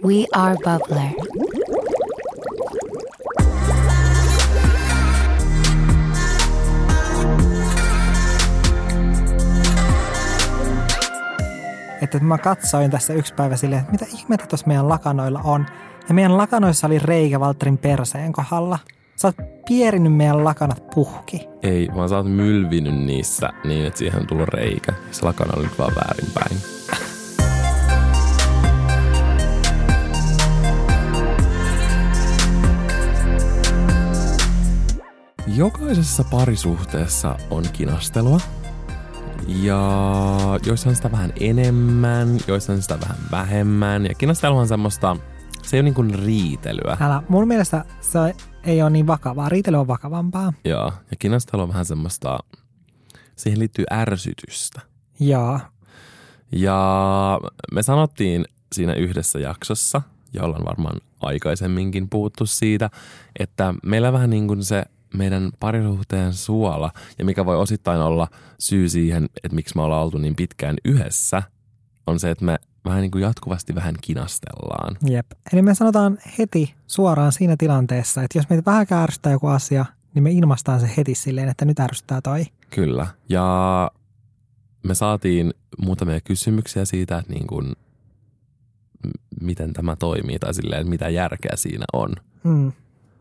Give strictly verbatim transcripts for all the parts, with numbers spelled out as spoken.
We are Bubbler. Että mä katsoin tässä yksi päivä silleen, että mitä ihmettä tuossa meidän lakanoilla on. Ja meidän lakanoissa oli reikä Valtterin perseen kohdalla. Sä oot pierinyt meidän lakanat puhki. Ei, vaan sä oot mylvinyt niissä niin, että siihen on tullut reikä. Se lakana oli nyt vaan väärinpäin. Jokaisessa parisuhteessa on kinastelua. Ja joissain sitä vähän enemmän, joissain sitä vähän vähemmän. Ja kinastelu on semmoista, se ei ole niin kuin riitelyä. Älä, mun mielestä se ei ole niin vakavaa. Riitely on vakavampaa. Joo, ja kinastelu on vähän semmoista, siihen liittyy ärsytystä. Joo. Ja me sanottiin siinä yhdessä jaksossa, ja ollaan varmaan aikaisemminkin puhuttu siitä, että meillä vähän niin kuin se meidän parisuhteen suola, ja mikä voi osittain olla syy siihen, että miksi me ollaan oltu niin pitkään yhdessä, on se, että me vähän niin kuin jatkuvasti vähän kinastellaan. Jep. Eli me sanotaan heti suoraan siinä tilanteessa, että jos meitä vähän ärsyttää joku asia, niin me ilmaistaan se heti silleen, että nyt ärsyttää toi. Kyllä. Ja me saatiin muutamia kysymyksiä siitä, että niin kuin, miten tämä toimii tai silleen, että mitä järkeä siinä on. Mm.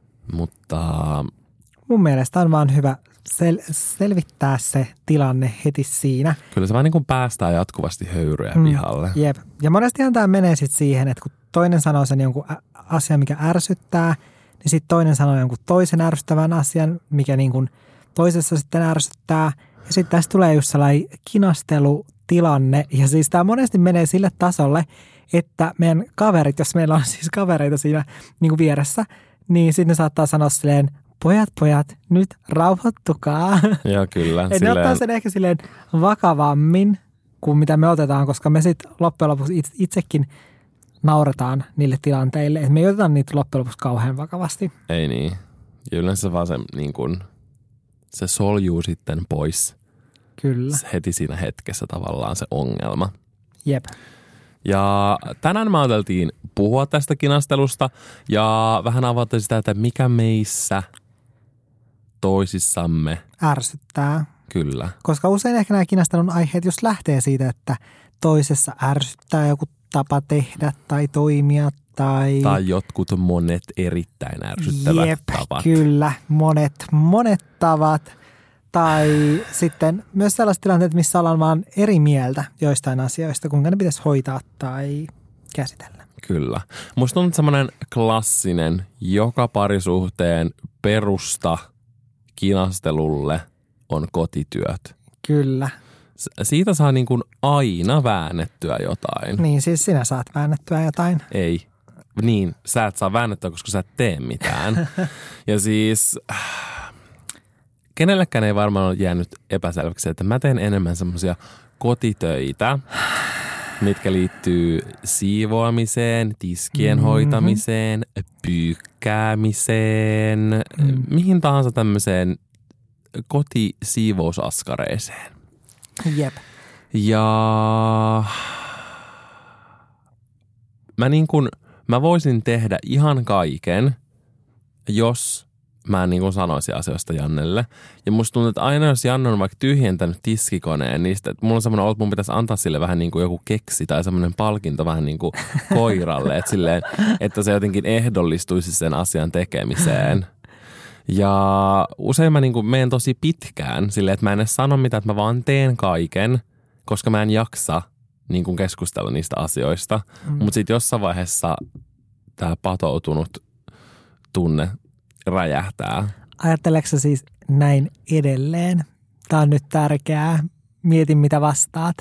Mutta mun mielestä on vaan hyvä sel- selvittää se tilanne heti siinä. Kyllä se vaan niin kuin päästää jatkuvasti höyryjä mm. pihalle. Jep. Ja monestihan tämä menee sitten siihen, että kun toinen sanoo sen jonkun asian, mikä ärsyttää, niin sitten toinen sanoo jonkun toisen ärsyttävän asian, mikä niin kuin toisessa sitten ärsyttää. Ja sitten tästä tulee just sellainen kinastelutilanne. Ja siis tämä monesti menee sille tasolle, että meidän kaverit, jos meillä on siis kavereita siinä niin kuin vieressä, niin sitten ne saattaa sanoa silleen, pojat, pojat, nyt rauhoittukaa. Joo, kyllä. Silleen ne ottaa sen ehkä silleen vakavammin kuin mitä me otetaan, koska me sitten loppujen lopuksi itsekin nauretaan niille tilanteille. Että me ei oteta niitä loppujen lopuksi kauhean vakavasti. Ei niin. Ja yleensä vaan se, niin kun, se soljuu sitten pois. Kyllä. Heti siinä hetkessä tavallaan se ongelma. Jep. Ja tänään me ajateltiin puhua tästä kinastelusta ja vähän avata sitä, että mikä meissä toisissamme ärsyttää. Kyllä. Koska usein ehkä nämä kinastelun aiheet just lähtee siitä, että toisessa ärsyttää joku tapa tehdä tai toimia tai Tai jotkut monet erittäin ärsyttävät Jep, tavat. Kyllä, monet, monet tavat. Tai sitten myös sellaiset tilanteet, missä ollaan vaan eri mieltä joistain asioista, kuinka ne pitäisi hoitaa tai käsitellä. Kyllä. Musta on semmoinen klassinen joka parisuhteen perusta kinastelulle on kotityöt. Kyllä. Siitä saa niin kuin aina väännettyä jotain. Niin, siis sinä saat väännettyä jotain. Ei. Niin, sä et saa väännettyä, koska sä et tee mitään. Ja siis kenellekään ei varmaan ole jäänyt epäselväksi, että mä teen enemmän semmoisia kotitöitä, mitkä liittyy siivoamiseen, tiskien mm-hmm. hoitamiseen, pyykkäämiseen, mm. mihin tahansa tämmöiseen kotisiivousaskareeseen. Jep. Ja mä niin kuin, mä voisin tehdä ihan kaiken, jos mä niin kuin sanoisin asioista Jannelle. Ja musta tuntuu, että aina jos Janne on vaikka tyhjentänyt tiskikoneen, niin sitten, että mulla on semmoinen olo, että mun pitäisi antaa sille vähän niin kuin joku keksi tai semmoinen palkinto vähän niin kuin koiralle, että, silleen, että se jotenkin ehdollistuisi sen asian tekemiseen. Ja usein mä niin kuin menen tosi pitkään silleen, että mä en edes sano mitään, että mä vaan teen kaiken, koska mä en jaksa niin kuin keskustella niistä asioista. Mm. Mutta sitten jossain vaiheessa tää patoutunut tunne räjähtää. Ajatteleksä siis näin edelleen? Tää on nyt tärkeää. Mietin, mitä vastaat.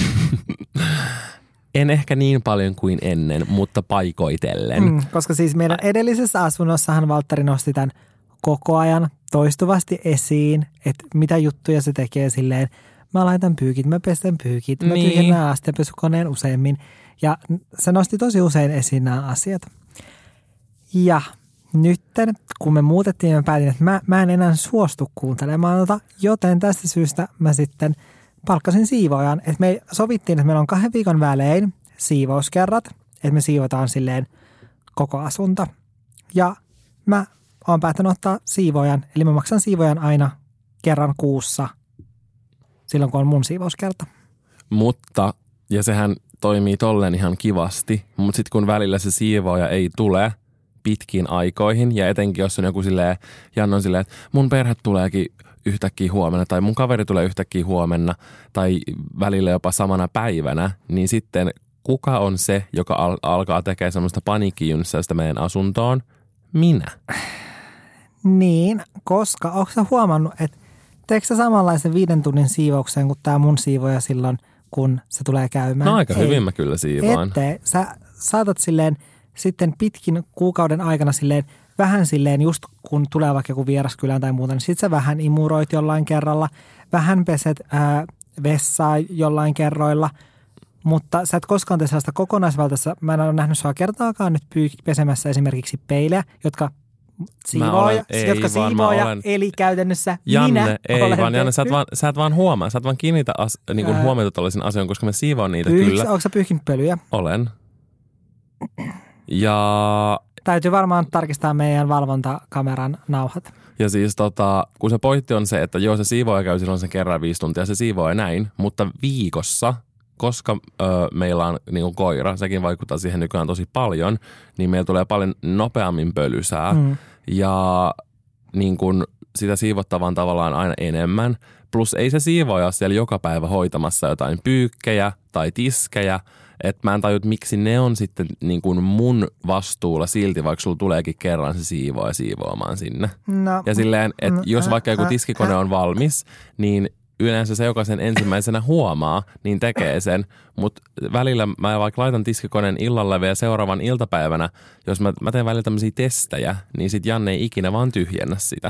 En ehkä niin paljon kuin ennen, mutta paikoitellen. Mm, koska siis meidän edellisessä asunnossahan Valtteri nosti tämän koko ajan toistuvasti esiin, että mitä juttuja se tekee silleen. Mä laitan pyykit, mä pestän pyykit, mä niin. tyhjennän astianpesukoneen useammin. Ja se nosti tosi usein esiin nämä asiat. Ja nytten, kun me muutettiin, mä päätin, että mä, mä en enää suostu kuuntelemaan tota, joten tästä syystä mä sitten palkkasin siivoojan. Että me sovittiin, että meillä on kahden viikon välein siivouskerrat. että me siivotaan silleen koko asunto. Ja mä oon päättänyt ottaa siivojan, eli mä maksan siivojan aina kerran kuussa silloin, kun on mun siivouskerta. Mutta, ja sehän toimii tolleen ihan kivasti, mutta sitten kun välillä se siivoaja ei tule pitkiin aikoihin, ja etenkin jos on joku silleen, Janne on silleen, että mun perhe tuleekin yhtäkkiä huomenna, tai mun kaveri tulee yhtäkkiä huomenna, tai välillä jopa samana päivänä, niin sitten kuka on se, joka al- alkaa tekemään semmoista paniikkijynssäystä meidän asuntoon? Minä. Niin, koska onko sä huomannut, että teekö sä samanlaisen viiden tunnin siivouksen kuin tämä mun siivoja silloin, kun se tulee käymään? No aika Ei. hyvin mä kyllä siivoan. Ette. Sä saatat silleen sitten pitkin kuukauden aikana silleen vähän silleen just kun tulee vaikka joku vieraskylään tai muuta, niin sit sä vähän imuroit jollain kerralla, vähän peset ää, vessaa jollain kerroilla, mutta sä et koskaan tee sellaista kokonaisvaltaista. Mä en ole nähnyt sua kertaakaan nyt pyy- pesemässä esimerkiksi peilejä, jotka Siivooja, olen, ei, jotka vaan siivooja, olen, eli käytännössä Janne, minä ei, olen vaan Janne, sä et, tehnyt. vaan, sä et vaan huomaa, sä et vaan kiinnitä as, niin kuin Ää, huomiota tällaisiin asioihin, koska mä siivoan niitä Pyyhks, kyllä. Onko sä pyyhkinyt pölyjä? Olen. Ja, Täytyy varmaan tarkistaa meidän valvontakameran nauhat. ja siis tota, kun se pointti on se, että joo se siivooja käy silloin sen kerran viisi tuntia, se siivooja näin, mutta viikossa, koska ö, meillä on niin kuin koira, sekin vaikuttaa siihen nykyään tosi paljon, niin meillä tulee paljon nopeammin pölysää. Mm. Ja niin kuin sitä siivottavaa on tavallaan aina enemmän. Plus ei se siivoja siellä joka päivä hoitamassa jotain pyykkejä tai tiskejä. Että mä en tajua, miksi ne on sitten niin kuin mun vastuulla silti, vaikka sulla tuleekin kerran se siivoja siivoamaan sinne. No, Ja silleen, että no, jos ä, vaikka joku ä, tiskikone ä. on valmis, niin yleensä se, joka sen ensimmäisenä huomaa, niin tekee sen. Mutta välillä mä vaikka laitan tiskikoneen illalle vielä seuraavan iltapäivänä, jos mä, mä teen välillä tämmöisiä testejä, niin sit Janne ei ikinä vaan tyhjennä sitä.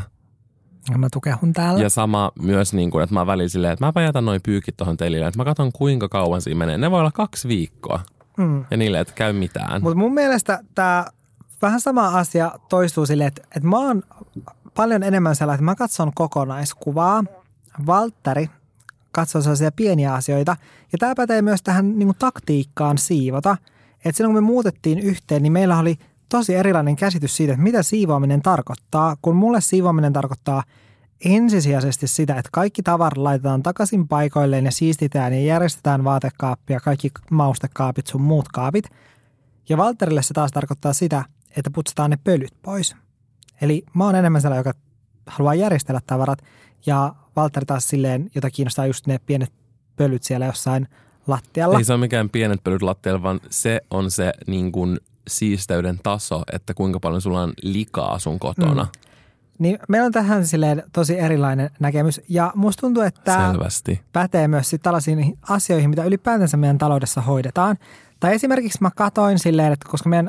Mä tukehun täällä. Ja sama myös, niin kun, että mä välillä silleen, että mä jätän noin pyykit tuohon telille, että mä katson kuinka kauan siinä menee. Ne voi olla kaksi viikkoa. Mm. Ja niille, että käy mitään. Mutta mun mielestä tämä vähän sama asia toistuu silleen, että, että mä oon paljon enemmän sellainen, että mä katson kokonaiskuvaa. Valtteri katsoo sellaisia pieniä asioita. Ja tämä pätee myös tähän niin kuin taktiikkaan siivota. Että silloin kun me muutettiin yhteen, niin meillä oli tosi erilainen käsitys siitä, että mitä siivoaminen tarkoittaa. Kun mulle siivoaminen tarkoittaa ensisijaisesti sitä, että kaikki tavara laitetaan takaisin paikoilleen ja siistitään ja järjestetään vaatekaappia, kaikki maustekaapit sun muut kaapit. Ja Valtterille se taas tarkoittaa sitä, että putsataan ne pölyt pois. Eli mä oon enemmän sellainen, joka haluaa järjestellä tavarat ja Valtteri taas silleen, jota kiinnostaa just ne pienet pölyt siellä jossain lattialla. Ei se ole mikään pienet pölyt lattialla, vaan se on se niin kuin siisteyden taso, että kuinka paljon sulla on likaa sun kotona. Mm. Niin meillä on tähän silleen tosi erilainen näkemys ja musta tuntuu, että tämä Selvästi. pätee myös sit tällaisiin asioihin, mitä ylipäätänsä meidän taloudessa hoidetaan. Tai esimerkiksi mä katoin silleen, että koska meidän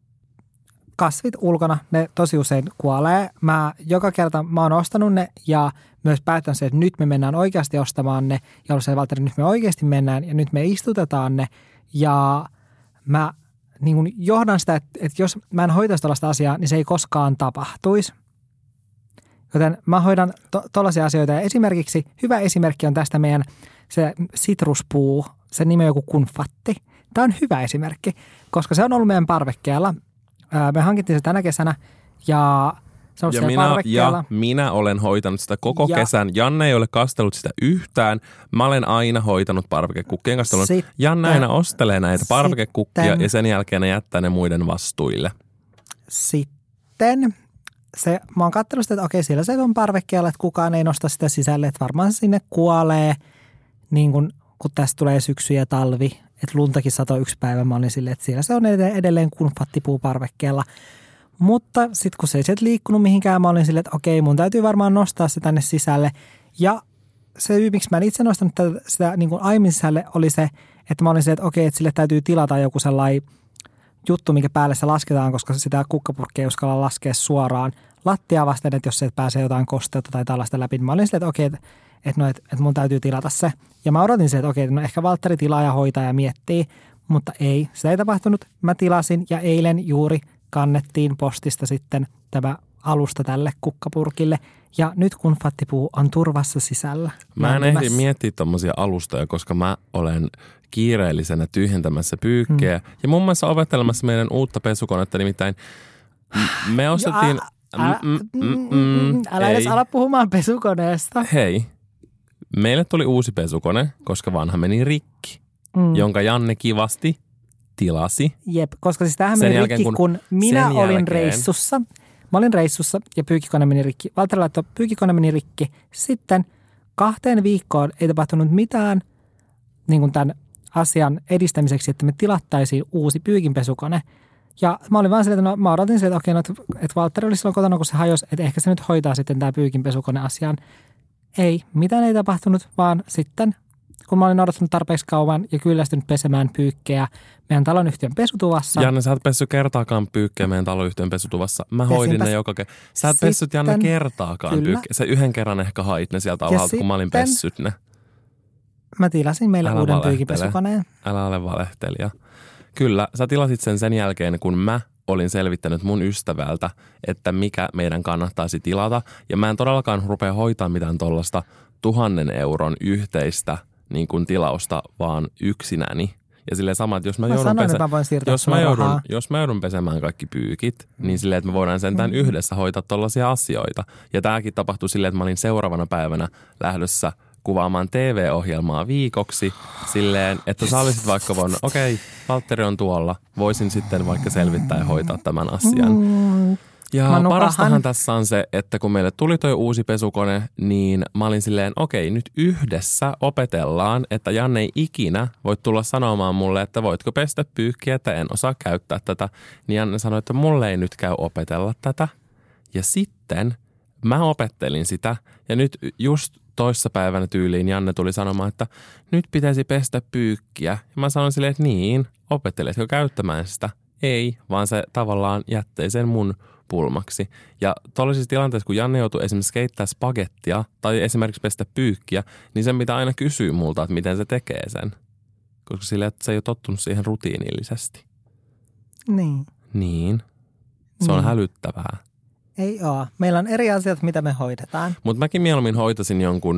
kasvit ulkona, ne tosi usein kuolee. Mä joka kerta mä oon ostanut ne ja myös päätän se, että nyt me mennään oikeasti ostamaan ne. Ja ollut se, Valtteri, nyt me oikeasti mennään ja nyt me istutetaan ne. Ja mä niin kun johdan sitä, että, että jos mä en hoitaisi tällaista asiaa, niin se ei koskaan tapahtuisi. Joten mä hoidan tuollaisia to- asioita ja esimerkiksi hyvä esimerkki on tästä meidän se sitruspuu, se nimi on joku kunfatti. Tämä on hyvä esimerkki, koska se on ollut meidän parvekkeella. Me hankittiin se tänä kesänä ja se on ja siellä minä, parvekkeella. ja minä olen hoitanut sitä koko Ja- kesän. Janne ei ole kastellut sitä yhtään. Mä olen aina hoitanut parvekekukkien kastelun. Sitten- Janne aina ostelee näitä parvekekukkia Sitten- ja sen jälkeen ne jättää ne muiden vastuille. Sitten se, mä oon katsellut sitä, että okei, siellä se on parvekkeella, että kukaan ei nosta sitä sisälle, että varmaan se sinne kuolee, niin kun, kun tästä tulee syksy ja talvi, että luntakin satoi yksi päivä, mä olin silleen, että siellä se on edelleen kunfattipuu parvekkeella. Mutta sitten kun se ei sieltä liikkunut mihinkään, mä olin silleen, että okei, mun täytyy varmaan nostaa se tänne sisälle. Ja se syy, miksi mä en itse nostanut tätä, sitä niin kuin aiemmin sisälle, oli se, että mä olin silleen, että okei, että sille täytyy tilata joku sellainen juttu, mikä päälle se lasketaan, koska sitä kukkapurkkia ei uskalla laskea suoraan lattiaa vasten, että jos se pääsee jotain kosteutta tai tällaista läpi, niin mä olin silleen, että okei, että, että, no, että, että mun täytyy tilata se. Ja mä odotin se, että okei, no ehkä Valtteri tilaa ja hoitaa ja miettii, mutta ei, se ei tapahtunut. Mä tilasin ja eilen juuri kannettiin postista sitten tämä alusta tälle kukkapurkille Ja nyt kun fattipuu on turvassa sisällä. Mä en ehdi miettiä tommosia alustoja, koska mä olen kiireellisenä tyhjentämässä pyykkejä. Hmm. Ja muun muassa opettelemassa meidän uutta pesukonetta, nimittäin me ostettiin... Älä, mm, mm, mm, älä edes ala puhumaan pesukoneesta. Hei, meille tuli uusi pesukone, koska vanha meni rikki, mm. jonka Janne kivasti tilasi. Jep, koska siis tämähän meni rikki, kun, kun minä olin jälkeen... reissussa. Mä olin reissussa ja pyykkikone meni rikki. Valtteri laittoi, pyykkikone meni rikki. Sitten kahteen viikkoon ei tapahtunut mitään niin kuin tämän asian edistämiseksi, että me tilattaisiin uusi pyykinpesukone. Ja mä olin vaan silleen, että no, mä odotin silleen, että okei, no, että Valtteri oli silloin kotona, kun se hajosi, että ehkä se nyt hoitaa sitten tämä pyykinpesukone-asian. Ei, mitään ei tapahtunut, vaan sitten, kun mä olin odottanut tarpeeksi kauan ja kyllästynyt pesemään pyykkejä meidän taloyhtiön pesutuvassa. Janne, sä et pessy kertaakaan pyykkejä meidän taloyhtiön pesutuvassa. Mä Pesinpäs. hoidin ne joka kerta. Sä et pessyt, Janne, kertaakaan pyykkejä. Sä yhden kerran ehkä hait ne sieltä alhaalta, kun mä olin pessyt ne. Mä tilasin meille Älä uuden pyykinpesukoneen. Älä ole valehtelija. Kyllä, sä tilasit sen sen jälkeen, kun mä olin selvittänyt mun ystävältä, että mikä meidän kannattaisi tilata. Ja mä en todellakaan rupea hoitaa mitään tollasta tuhannen euron yhteistä niin kuin tilausta, vaan yksinäni. Ja silleen sama, että jos mä, mä joudun, sanoin, pese- mä voin jos mä joudun, jos mä joudun pesemään kaikki pyykit, mm. niin silleen, että me voidaan sentään mm. yhdessä hoitaa tollaisia asioita. Ja tääkin tapahtui silleen, että mä olin seuraavana päivänä lähdössä kuvaamaan T V-ohjelmaa viikoksi silleen, että sä olisit vaikka voinut, okei, okay, Valtteri on tuolla, voisin sitten vaikka selvittää ja hoitaa tämän asian. Ja parastahan tässä on se, että kun meille tuli toi uusi pesukone, niin mä olin silleen, okei, okay, nyt yhdessä opetellaan, että Janne ei ikinä voi tulla sanomaan mulle, että voitko pestä pyykkiä, että en osaa käyttää tätä. Niin Janne sanoi, että mulle ei nyt käy opetella tätä. Ja sitten mä opettelin sitä ja nyt just toissapäivänä tyyliin Janne tuli sanomaan, että nyt pitäisi pestä pyykkiä. Ja mä sanoin silleen, että niin, opetteletko käyttämään sitä? Ei, vaan se tavallaan jättei sen mun pulmaksi. Ja tuollaisissa tilanteissa, kun Janne joutuu esimerkiksi keittää spagettia tai esimerkiksi pestä pyykkiä, niin sen pitää aina kysyä multa, että miten se tekee sen. Koska silleen, että se ei ole tottunut siihen rutiinillisesti. Niin. Niin. Se on niin. hälyttävää. Ei oo. Meillä on eri asiat, mitä me hoidetaan. Mutta mäkin mieluummin hoitasin jonkun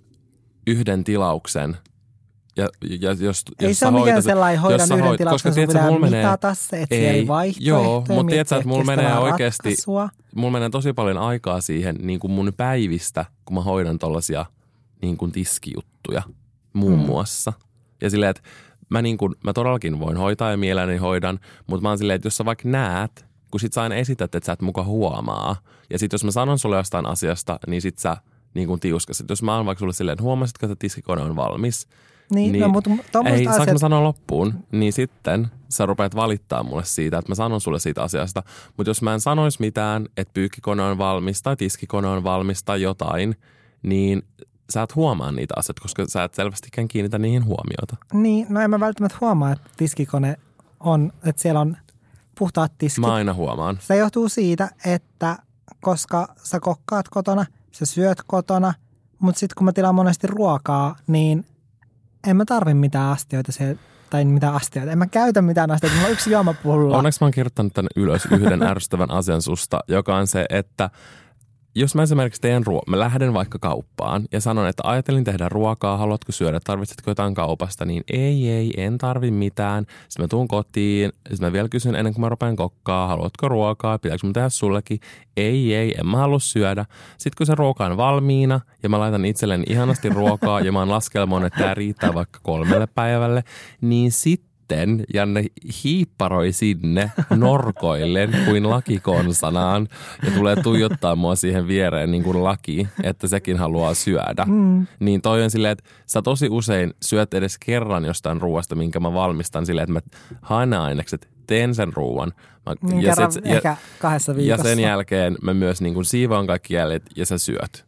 yhden tilauksen. Ja, ja jos, ei jos se ole mikään sellainen hoidan yhden hoit, tilauksen, sun pitää mitata se, että siellä ei vaihtoehtoja. Joo, mutta tiedätkö, että mulla menee oikeasti, ratkaisua. mulla menee tosi paljon aikaa siihen niin kuin mun päivistä, kun mä hoidan tollaisia niin kuin tiskijuttuja muun hmm. muassa. Ja silleen, että mä, niin kuin, mä todellakin voin hoitaa ja mielelläni hoidan, mutta mä oon silleen, että jos sä vaikka näet, kun sit sä aina esität, että sä et muka huomaa. Ja sit jos mä sanon sulle jostain asiasta, niin sit sä niin kuin tiuskasit. Jos mä oon vaikka sulle silleen, että huomasitko, että tiskikone on valmis. Niin, niin no, mutta ei, asiat... saanko mä sanoa loppuun? Niin sitten sä rupeat valittaa mulle siitä, että mä sanon sulle siitä asiasta. Mutta jos mä en sanoisi mitään, että pyykkikone on valmis tai tiskikone on valmis tai jotain, niin sä et huomaa niitä asioita, koska sä et selvästikään kiinnitä niihin huomiota. Niin, no en mä välttämättä huomaa, että tiskikone on, että siellä on puhtaat tiskit. Mä aina huomaan. Se johtuu siitä, että koska sä kokkaat kotona, sä syöt kotona, mutta sitten kun mä tilaan monesti ruokaa, niin en mä tarvi mitään astioita siellä, tai mitään astioita. En mä käytä mitään astioita, mulla on yksi juomapullo. Onneksi mä oon kirjoittanut tänne ylös yhden ärsyttävän asian susta, joka on se, että jos mä esimerkiksi teen ruokaa, mä lähden vaikka kauppaan ja sanon, että ajattelin tehdä ruokaa, haluatko syödä, tarvitsetko jotain kaupasta, niin ei, ei, en tarvi mitään. Sitten mä tuun kotiin, sitten mä vielä kysyn ennen kuin mä rupean kokkaa, haluatko ruokaa, pitääkö mä tehdä sullekin? Ei, ei, en mä halua syödä. Sitten kun se ruoka on valmiina ja mä laitan itselleni ihanasti ruokaa ja mä oon laskelmoon, että tää riittää vaikka kolmelle päivälle, niin sitten Sitten Janne hiipparoi sinne norkoillen kuin lakikonsanaan ja tulee tuijottaa mua siihen viereen niin kuin laki, että sekin haluaa syödä. Mm. Niin toi on silleen, että sä tosi usein syöt edes kerran jostain ruoasta, minkä mä valmistan silleen, että mä haen ne ainekset, teen sen ruuan. Mä, niin ja, kerran sit, ehkä kahdessa viikossa. Ja sen jälkeen mä myös niin kuin siivoan kaikki jäljet ja sä syöt.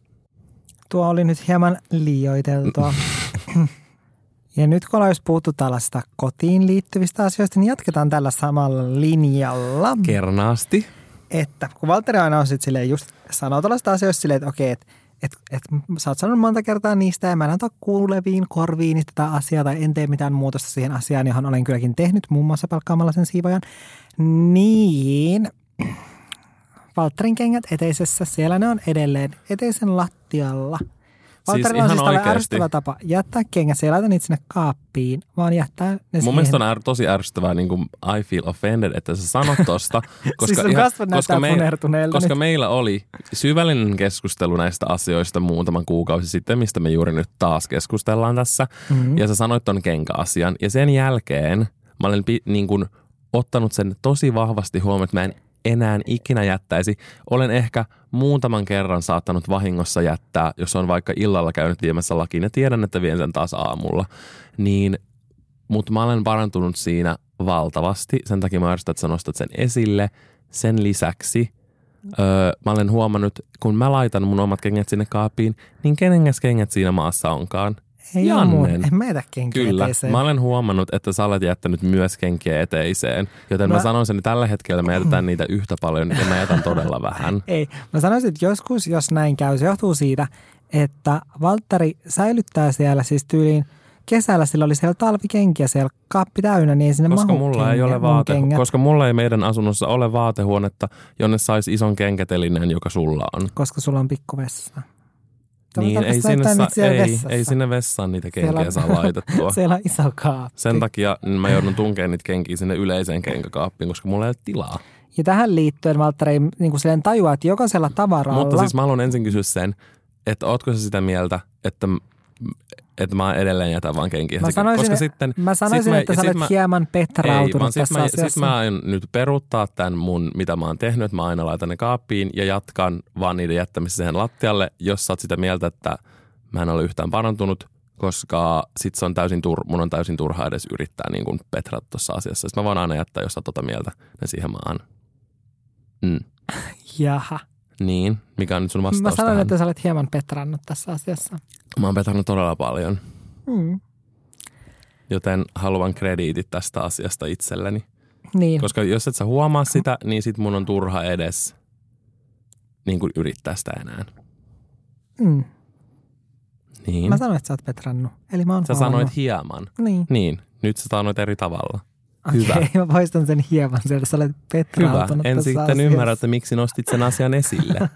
Tuo oli nyt hieman liioiteltua. Ja nyt kun ollaan just puhuttu tällaista kotiin liittyvistä asioista, niin jatketaan tällä samalla linjalla. Kernaasti. Että kun Valtteri aina on sitten silleen just sanoo tällaista asioista silleen, että okei, että et, et, sä oot sanonut monta kertaa niistä ja mä en ota kuuleviin korviin tätä asiaa tai en tee mitään muutosta siihen asiaan, johon olen kylläkin tehnyt muun muassa palkkaamalla sen siivojan. Niin Valtterin kengät eteisessä, siellä ne on edelleen eteisen lattialla. Valtterilla Siis on ihan siis oikeasti. ärsyttävä tapa jättää kengät, se ei laita niitä sinne kaappiin, vaan jättää ne siihen. Mun mielestä on är, tosi ärsyttävää, niin kuin I feel offended, että sä sanot tosta. Koska, siis sun ihan, kasvot näyttää me, punertuneelta. koska nyt. meillä oli syvällinen keskustelu näistä asioista muutaman kuukausi sitten, mistä me juuri nyt taas keskustellaan tässä. Mm-hmm. Ja sä sanoit ton kenkäasian. Ja sen jälkeen mä olen pi, niin kuin, ottanut sen tosi vahvasti huomioon, että mä en enää ikinä jättäisi. Olen ehkä muutaman kerran saattanut vahingossa jättää, jos on vaikka illalla käynyt viemässä lakiin ja tiedän, että vien sen taas aamulla. Niin, mutta mä olen parantunut siinä valtavasti. Sen takia mä arvostan, että sä nostat sen esille. Sen lisäksi öö, mä olen huomannut, kun mä laitan mun omat kengät sinne kaapiin, niin kenenkäs kengät siinä maassa onkaan? Ei ole mun, en mä jätä kenkiä Kyllä. eteiseen. Mä olen huomannut, että sä olet jättänyt myös kenkiä eteiseen. Joten mä, mä sanoisin, että tällä hetkellä me jätetään niitä yhtä paljon ja mä jätän todella vähän. Ei. Mä sanoisin, että joskus, jos näin käy, se johtuu siitä, että Valtteri säilyttää siellä siis tyyliin kesällä, sillä oli siellä talvikenkiä siellä kaappi täynnä, niin ei sinne koska mahu mulla kengä, ei ole vaate, kengät. Koska mulla ei meidän asunnossa ole vaatehuonetta, jonne saisi ison kenkätelineen, joka sulla on. Koska sulla on pikkuvessa. Niin, ei sinne, sa- ei, ei sinne vessaan niitä kenkiä on, saa laitettua. Siellä on iso kaappi. Sen takia mä joudun tunkemaan niitä kenkiä sinne yleiseen kenkäkaappiin, koska mulla ei ole tilaa. Ja tähän liittyen Valtteri ei niin kuin silleen tajua, että jokaisella tavaralla... Mutta siis mä haluan ensin kysyä sen, että ootko sä sitä mieltä, että, että mä edelleen jätän vaan kenkiä. Mä sanoisin, koska sitten, mä sanoisin sit mä, että sä olet mä, hieman petrautunut ei, tässä mä, asiassa. Sitten mä aion nyt peruuttaa tämän mun, mitä mä oon tehnyt, että mä aina laitan ne kaappiin ja jatkan vaan niiden jättämistä siihen lattialle, jos sä oot sitä mieltä, että mä en ole yhtään parantunut, koska sit se on täysin tur, mun on täysin turhaa edes yrittää niin kuin petrata tuossa asiassa. Sitten mä voin aina jättää, jos sä oot tota mieltä, ne siihen mä annan. Mm. Jaha. Niin, mikä on nyt sun vastaus Mä sanoin, tähän? että sä olet hieman petrannut tässä asiassa. Mä oon petrannut todella paljon. Mm. Joten haluan krediitit tästä asiasta itselleni. Niin. Koska jos et sä huomaa sitä, niin sit mun on turha edes niin kuin yrittää sitä enää. Mm. Niin. Mä sanoin, että sä oot petrannut. Eli mä oon Sä huomannut. sanoit hieman. Niin. Niin. Nyt sä sanoit eri tavalla. Okei, Hyvä. okay, mä poistan sen hieman sieltä. Sä olet petrautunut Hyvä. En tässä sitten asiassa. ymmärrä, että miksi nostit sen asian esille.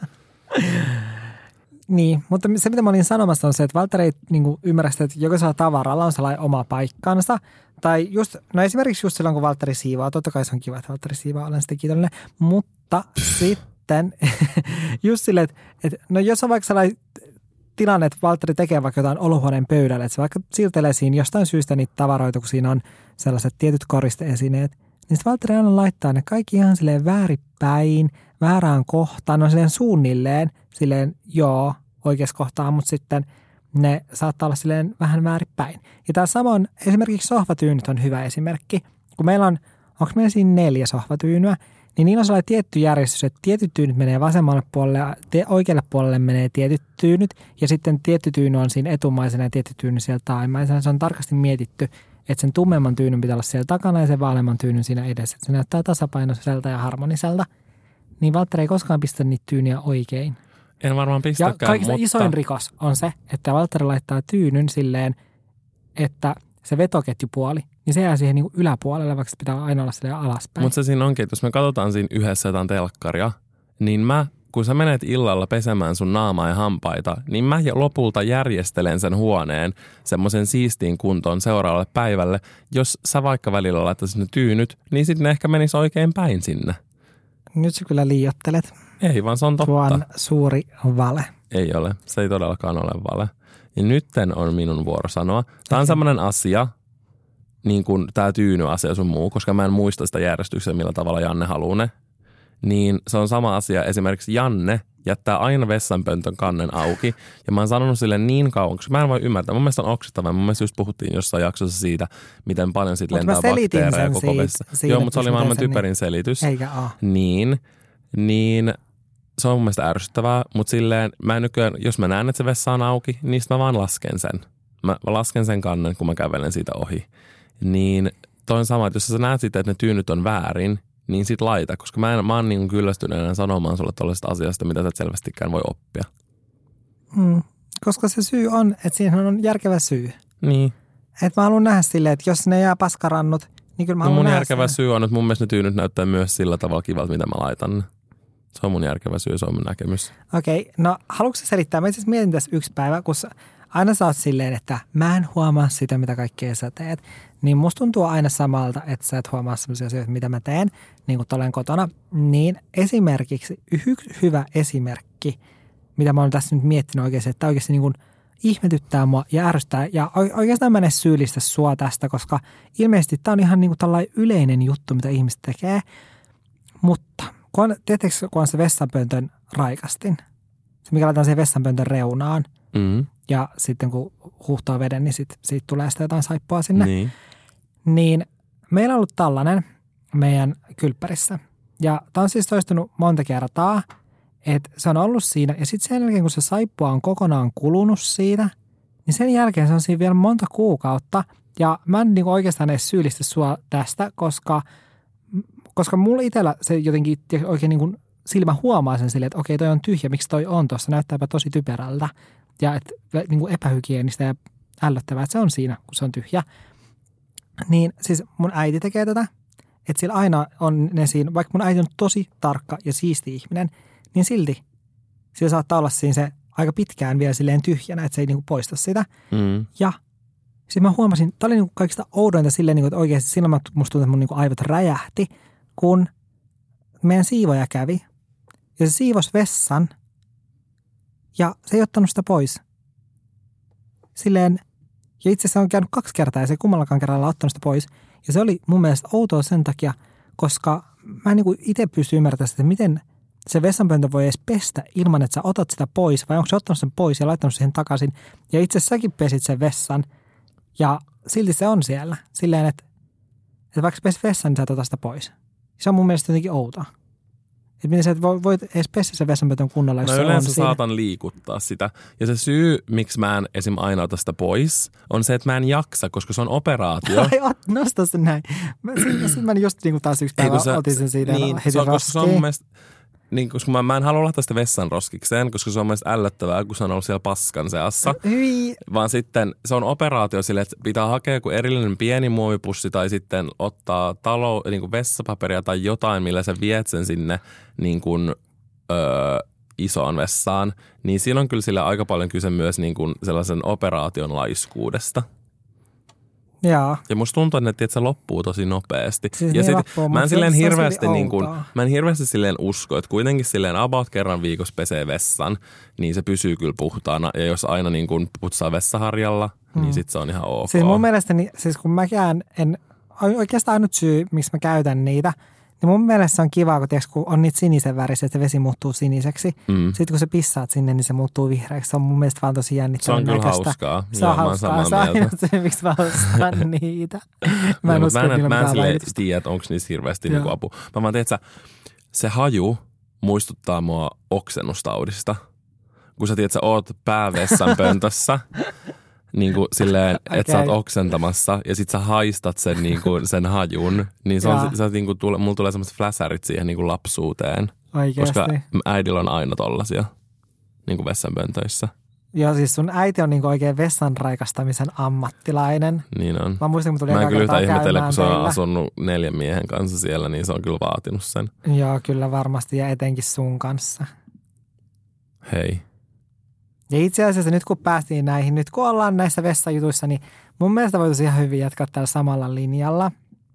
Niin, mutta se mitä mä olin sanomassa on se, että Valtteri ei niin kuin ymmärrä sitä, että jokaisella tavaralla on sellainen oma paikkansa. Tai just, no esimerkiksi just silloin, kun Valtteri siivaa. Totta kai se on kiva, että Valtteri siivaa, olen sitä kiitollinen. Mutta sitten just silleen, että, että no jos on vaikka sellainen tilanne, että Valtteri tekee vaikka jotain olohuoneen pöydälle, että se vaikka siirtelee siinä jostain syystä niitä tavaroita, kun siinä on sellaiset tietyt koristeesineet, niin sitten Valtteri aina laittaa ne kaikki ihan silleen väärinpäin, väärään kohtaan, no silleen suunnilleen, silleen joo, oikeassa kohtaan, mutta sitten ne saattaa olla silleen vähän väärinpäin. Ja tämä samoin, esimerkiksi sohvatyynyt on hyvä esimerkki. Kun meillä on, onko meillä siinä neljä sohvatyynyä, niin niillä on sellainen tietty järjestys, että tietyt tyynyt menee vasemmalle puolelle ja te- oikealle puolelle menee tietyt tyynyt. Ja sitten tietty tyyny on siinä etumaisena ja tietty tyyny siellä taimaisena. Se on tarkasti mietitty, että sen tummemman tyynyn pitää olla siellä takana ja sen vaaleamman tyynyn siinä edessä. Että se näyttää tasapainoiselta ja harmoniselta. Niin Valtteri ei koskaan pistä niitä tyyniä oikein. En varmaan pistäkään, Ja kaikista mutta... isoin rikos on se, että Valtteri laittaa tyynyn silleen, että se vetoketjupuoli, niin se jää siihen niin kuin yläpuolelle, vaikka se pitää aina olla silleen alaspäin. Mutta se siinä onkin, että jos me katsotaan siinä yhdessä jotain telkkaria, niin mä, kun sä menet illalla pesemään sun naamaa ja hampaita, niin mä lopulta järjestelen sen huoneen semmoisen siistiin kuntoon seuraavalle päivälle. Jos sä vaikka välillä laittaisit ne tyynyt, niin sitten ne ehkä menisi oikein päin sinne. Nyt sä kyllä liioittelet. Ei, vaan se on totta. Tuo on suuri vale. Ei ole. Se ei todellakaan ole vale. Ja nytten on minun vuoro sanoa. Tämä on semmoinen asia, niin kuin tämä tyyny-asia sun muu, koska mä en muista sitä järjestyksessä, millä tavalla Janne haluaa ne. Niin se on sama asia. Esimerkiksi Janne jättää aina vessanpöntön kannen auki. Ja mä oon sanonut sille niin kauan, koska mä en voi ymmärtää. Mun mielestä on oksettava. Mun mielestä just puhuttiin jossain jaksossa siitä, miten paljon siitä lentää bakteereja koko vessa. Joo, mutta se oli maailman typerin niin selitys. Eikä ole. Niin, niin se on mun mielestä ärsyttävää, mutta silleen mä nykyään, jos mä näen, että se vessa on auki, niin mä vaan lasken sen. Mä lasken sen kannen, kun mä kävelen siitä ohi. Niin toi on sama, että jos sä näet sitten, että ne tyynyt on väärin, niin sit laita, koska mä, en, mä oon niin kyllästyneenä sanomaan sulle tollaisesta asiasta, mitä sä et selvästikään voi oppia. Mm, koska se syy on, että siihen on järkevä syy. Niin. Että mä haluan nähdä silleen, että jos ne jää paskarannut, niin kyllä mä no haluan mun nähdä järkevä sen. syy on, että mun mielestä ne tyynyt näyttää myös sillä tavalla kivalta, mitä mä laitan. Se on mun järkevä syy, se on mun näkemys. Okei, okay, no haluatko selittää? Mä itse asiassa mietin tässä yksi päivä, kun aina sä oot silleen, että mä en huomaa sitä, mitä kaikkea sä teet. Niin musta tuntuu aina samalta, että sä et huomaa sellaisia asioita, mitä mä teen, niin kuin olen kotona. Niin esimerkiksi yksi hyvä esimerkki, mitä mä oon tässä nyt miettinyt oikeasti, että oikeasti niin kuin ihmetyttää mua ja ärsyttää. Ja oikeastaan mä en edes syyllistä sua tästä, koska ilmeisesti tää on ihan niin kuin tällainen yleinen juttu, mitä ihmiset tekee. Mutta kun on, tiedättekö, kun on se vessanpöntön raikastin, se mikä laitetaan siihen vessanpöntön reunaan, mm. ja sitten kun huuhtoo veden, niin sit, siitä tulee sitä jotain saippua sinne. Niin. Niin meillä on ollut tällainen meidän kylppärissä. Ja tämä on siis toistunut monta kertaa, että se on ollut siinä. Ja sitten sen jälkeen, kun se saippua on kokonaan kulunut siitä, niin sen jälkeen se on siinä vielä monta kuukautta. Ja mä en niin kuin oikeastaan edes syyllistä sua tästä, koska, koska mulla itsellä se jotenkin oikein niin kuin silmä huomaa sen silleen, että okei, toi on tyhjä, miksi toi on tuossa, näyttääpä tosi typerältä. Ja että niin kuin epähygienistä ja ällöttävää, että se on siinä, kun se on tyhjä. Niin siis mun äiti tekee tätä, että sillä aina on ne siinä, vaikka mun äiti on tosi tarkka ja siisti ihminen, niin silti sillä saattaa olla siinä se aika pitkään vielä silleen tyhjänä, että se ei niinku poista sitä. Mm. Ja sitten mä huomasin, tää oli niinku kaikista oudointa silleen, niinku, että oikeasti silloin musta tuntuu, että mun niinku aivot räjähti, kun meidän siivoja kävi ja se siivosi vessan ja se ei ottanut sitä pois. Silleen, ja itse asiassa on käynyt kaksi kertaa ja se ei kummallakaan kerralla ottanut sitä pois. Ja se oli mun mielestä outoa sen takia, koska mä en niin itse pysty ymmärtämään sitä, että miten se vessanpöntö voi edes pestä ilman, että sä otat sitä pois. Vai onko se ottanut sen pois ja laittanut siihen takaisin. Ja itse asiassa säkin pesit sen vessan ja silti se on siellä. Silleen, että, että vaikka pesit vessan, niin sä et ota sitä pois. Se on mun mielestä jotenkin outoa. Että miten sä et voit edes pestä sen vessanpöntön kunnolla, jos no se on yleensä siinä. saatan liikuttaa sitä. Ja se syy, miksi mä en esim. Aina ota sitä pois, on se, että mä en jaksa, koska se on operaatio. Ai, ot, nosta sen näin. Sitten mä just niin kuin taas yksi päivä se, otin sen siitä niin, heti se on, koska se on mun roskiin. mielestä, niin, koska mä, mä en halua laittaa sitä vessan roskikseen, koska se on mielestäni ällöttävää, kun se on ollut siellä paskan seassa. Hyi. Vaan sitten se on operaatio sille, että pitää hakea joku erillinen pieni muovipussi tai sitten ottaa talo, niin kuin vessapaperia tai jotain, millä sä viet sen sinne niin kuin, öö, isoon vessaan. Niin siinä on kyllä sillä aika paljon kyse myös niin kuin sellaisen operaation laiskuudesta. Jaa. Ja musta tuntuu, että se loppuu tosi nopeasti. Siis ja niin sit, loppuu, mä en se silleen on- se on hirveästi silti niin kuin, outoa. mä en hirveästi silleen usko, että kuitenkin silleen about kerran viikossa pesee vessan, niin se pysyy kyllä puhtaana. Ja jos aina niin kuin putsaa vessaharjalla, hmm. niin sit se on ihan ok. Siis mun mielestäni, siis kun mäkään en, oikeastaan ainut syy, miksi mä käytän niitä, niin mun mielestä se on kiva, kun, tiiäks, kun on niitä sinisen värisiä, että se vesi muuttuu siniseksi. Mm. Sitten kun sä pissaat sinne, niin se muuttuu vihreäksi. Se on mun mielestä vaan tosi jännittävän Se on kyllä näköistä. hauskaa. Se on Joo, mä oon hauskaa. samaa Se on mieltä. ainut se, miksi mä ostan niitä. Mä en Joo, usko, mä että en, niillä mä en mitään silleen vaikutusta. tiedä, että onko niissä hirveästi Joo. niinku apu. Mä vaan tiedän, että se haju muistuttaa mua oksennustaudista. Kun sä tiedät, että sä oot päävessan pöntössä, niin kuin silleen, okay. että sä oot oksentamassa ja sit sä haistat sen, niin kuin, sen hajun, niin se on, sä, niin kuin, tule, mulla tulee semmoiset fläsärit siihen niin kuin lapsuuteen. Oikeasti. Koska äidillä on aina tollasia niin kuin vessanpöntöissä. Joo, siis sun äiti on niinku oikein vessan raikastamisen ammattilainen. Niin on. Mä muistan, kun mä tulin Mä en eka kyllä yhtään kertaa ihmetellä, käymään kun se on teillä. asunut neljän miehen kanssa siellä, niin se on kyllä vaatinut sen. Joo, kyllä varmasti ja etenkin sun kanssa. Hei. Ja itse asiassa nyt kun päästiin näihin, nyt kun ollaan näissä vessajutuissa, niin mun mielestä voitaisiin ihan hyvin jatkaa tällä samalla linjalla.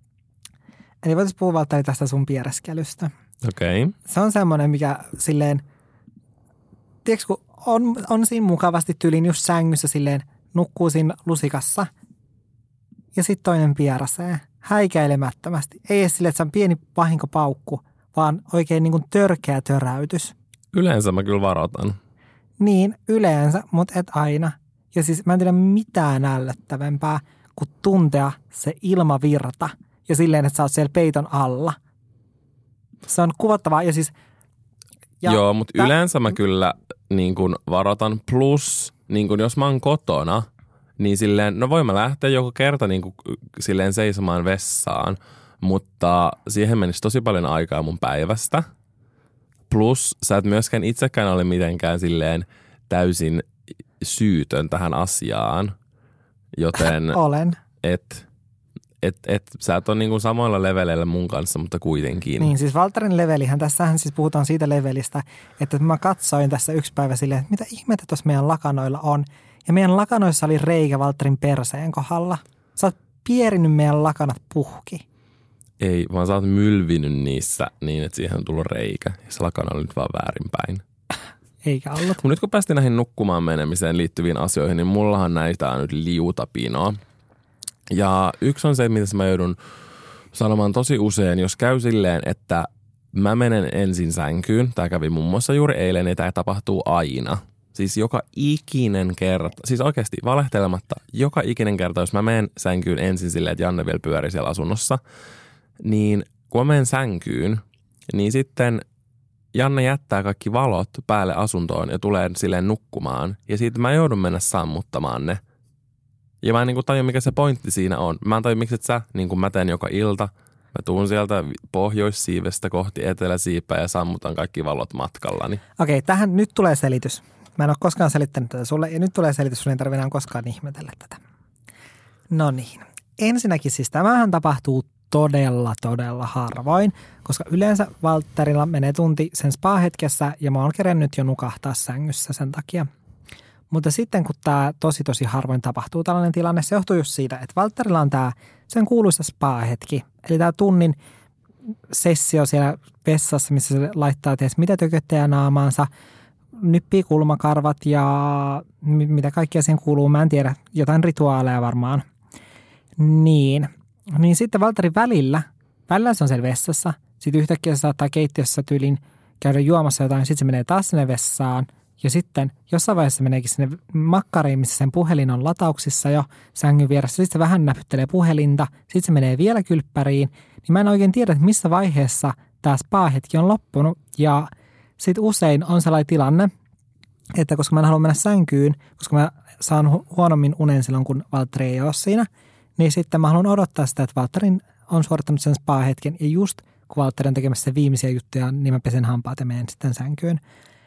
Eli voitaisiin puhua Valtteri tästä sun piereskelystä. Okei. Okay. Se on semmoinen, mikä silleen, tiedätkö, kun on, on siinä mukavasti tyylin just sängyssä silleen, nukkuu siinä lusikassa ja sitten toinen pierasee häikäilemättömästi. Ei edes silleen, että se on pieni vahinkopaukku, vaan oikein niin kuin törkeä töräytys. Yleensä mä kyllä varoitan. Niin, yleensä, mutta et aina. Ja siis mä en tiedä mitään ällöttävämpää kuin tuntea se ilmavirta ja silleen, että sä oot siellä peiton alla. Se on kuvottavaa ja siis... Ja Joo, mutta tä- yleensä mä kyllä niin kuin varoitan. Plus, niin kuin jos mä oon kotona, niin silleen, no voin mä lähteä joku kerta niin kuin, silleen seisomaan vessaan, mutta siihen menisi tosi paljon aikaa mun päivästä. Plus, sä et myöskään itsekään ole mitenkään silleen täysin syytön tähän asiaan, joten Olen. et, et, et, sä et ole niinku samoilla leveleillä mun kanssa, mutta kuitenkin. Niin, siis Valtterin levelihän, tässähän siis puhutaan siitä levelistä, että mä katsoin tässä yksi päivä silleen, että mitä ihmettä tuossa meidän lakanoilla on. Ja meidän lakanoissa oli reikä Valtterin perseen kohdalla. Sä oot pierinyt meidän lakanat puhki. Ei, vaan sä oot mylvinyt niissä niin, että siihen on tullut reikä. Ja se lakana oli nyt vaan väärinpäin. Eikä ollut. Mut nyt kun päästiin näihin nukkumaan menemiseen liittyviin asioihin, niin mullahan näitä on nyt liutapinoa. Ja yksi on se, mitä mä joudun sanomaan tosi usein, jos käy silleen, että mä menen ensin sänkyyn. Tää kävi muun muassa juuri eilen, ja tää tapahtuu aina. Siis joka ikinen kerta, siis oikeasti valehtelematta, joka ikinen kerta, jos mä menen sänkyyn ensin silleen, että Janne vielä pyörii siellä asunnossa, niin kun mä menen sänkyyn, niin sitten Janne jättää kaikki valot päälle asuntoon ja tulee silleen nukkumaan. Ja siitä mä joudun mennä sammuttamaan ne. Ja mä en niin kuin tajua, mikä se pointti siinä on. Mä en tajua, miksi et sä, niin kuin mä teen joka ilta. Mä tuun sieltä pohjoissiivestä kohti eteläsiipää ja sammutan kaikki valot matkallani. Okei, tähän nyt tulee selitys. Mä en ole koskaan selittänyt tätä sulle ja nyt tulee selitys, sulle ei tarvitse enää koskaan ihmetellä tätä. No niin. Ensinnäkin siis tämähän tapahtuu todella, todella harvoin, koska yleensä Valtterilla menee tunti sen spa-hetkessä ja mä oon kerennyt jo nukahtaa sängyssä sen takia. Mutta sitten kun tämä tosi tosi harvoin tapahtuu tällainen tilanne, se johtuu just siitä, että Valtterilla on tämä sen kuuluisa spa-hetki. Eli tämä tunnin sessio siellä vessassa, missä se laittaa ties mitä tököttejä naamaansa, nyppii kulmakarvat ja mitä kaikkea siihen kuuluu, mä en tiedä, jotain rituaaleja varmaan. Niin, niin sitten Valtterin välillä, välillä se on siellä vessassa, sitten yhtäkkiä se saattaa keittiössä tyylin käydä juomassa jotain, sitten se menee taas sinne vessaan ja sitten jossain vaiheessa meneekin sinne makkariin, missä sen puhelin on latauksissa jo sängyn vieressä, sitten se vähän näpyttelee puhelinta, sitten se menee vielä kylppäriin, niin mä en oikein tiedä, että missä vaiheessa tämä spa-hetki on loppunut ja sitten usein on sellainen tilanne, että koska mä en halua mennä sänkyyn, koska mä saan hu- huonommin unen silloin, kun Valtteri ei ole siinä, niin sitten mä haluan odottaa sitä, että Valtterin on suorittanut sen spa-hetken. Ja just kun Valtteri on tekemässä sen viimeisiä juttuja, niin mä pesen hampaat ja menen sitten sänkyyn.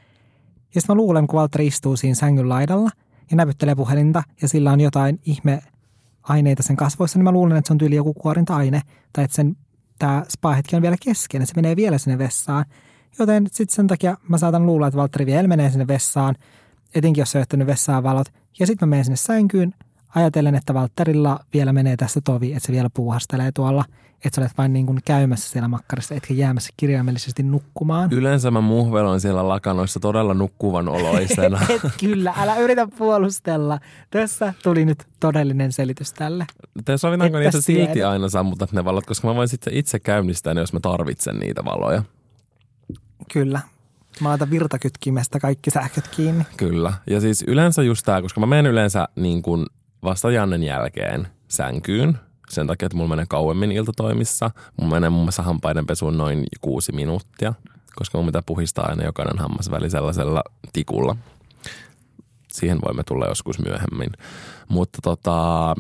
Ja sitten mä luulen, kun Valtteri istuu siinä sängyn laidalla ja näpyttelee puhelinta ja sillä on jotain ihme aineita sen kasvoissa, niin mä luulen, että se on tyyli joku kuorinta-aine tai että sen tämä spa-hetki on vielä kesken ja se menee vielä sinne vessaan. Joten sitten sen takia mä saatan luulla, että Valtteri vielä menee sinne vessaan, etenkin jos se on jättänyt vessaan valot. Ja sitten mä menen sinne sänkyyn, ajatellen, että Valtterilla vielä menee tässä tovi, että se vielä puuhastelee tuolla, että sä olet vain niin kuin käymässä siellä makkarissa, etkä jäämässä kirjaimellisesti nukkumaan. Yleensä mä muhveloin siellä lakanoissa todella nukkuvan oloisena. Et kyllä, älä yritä puolustella. Tässä tuli nyt todellinen selitys tälle. Te sovitaanko niitä silti aina sammutat ne valot, koska mä voin sitten itse käynnistää ne, jos mä tarvitsen niitä valoja. Kyllä. Mä laitan virtakytkimestä kaikki sähköt kiinni. Kyllä. Ja siis yleensä just tää, koska mä menen yleensä niin kuin vasta Jannen jälkeen sänkyyn. Sen takia, että mulla menee kauemmin iltatoimissa. Mulla menee muun muassa hampaidenpesuun noin kuusi minuuttia, koska mun pitää puhistaa aina jokainen hammasväli sellaisella tikulla. Siihen voimme tulla joskus myöhemmin. Mutta tota,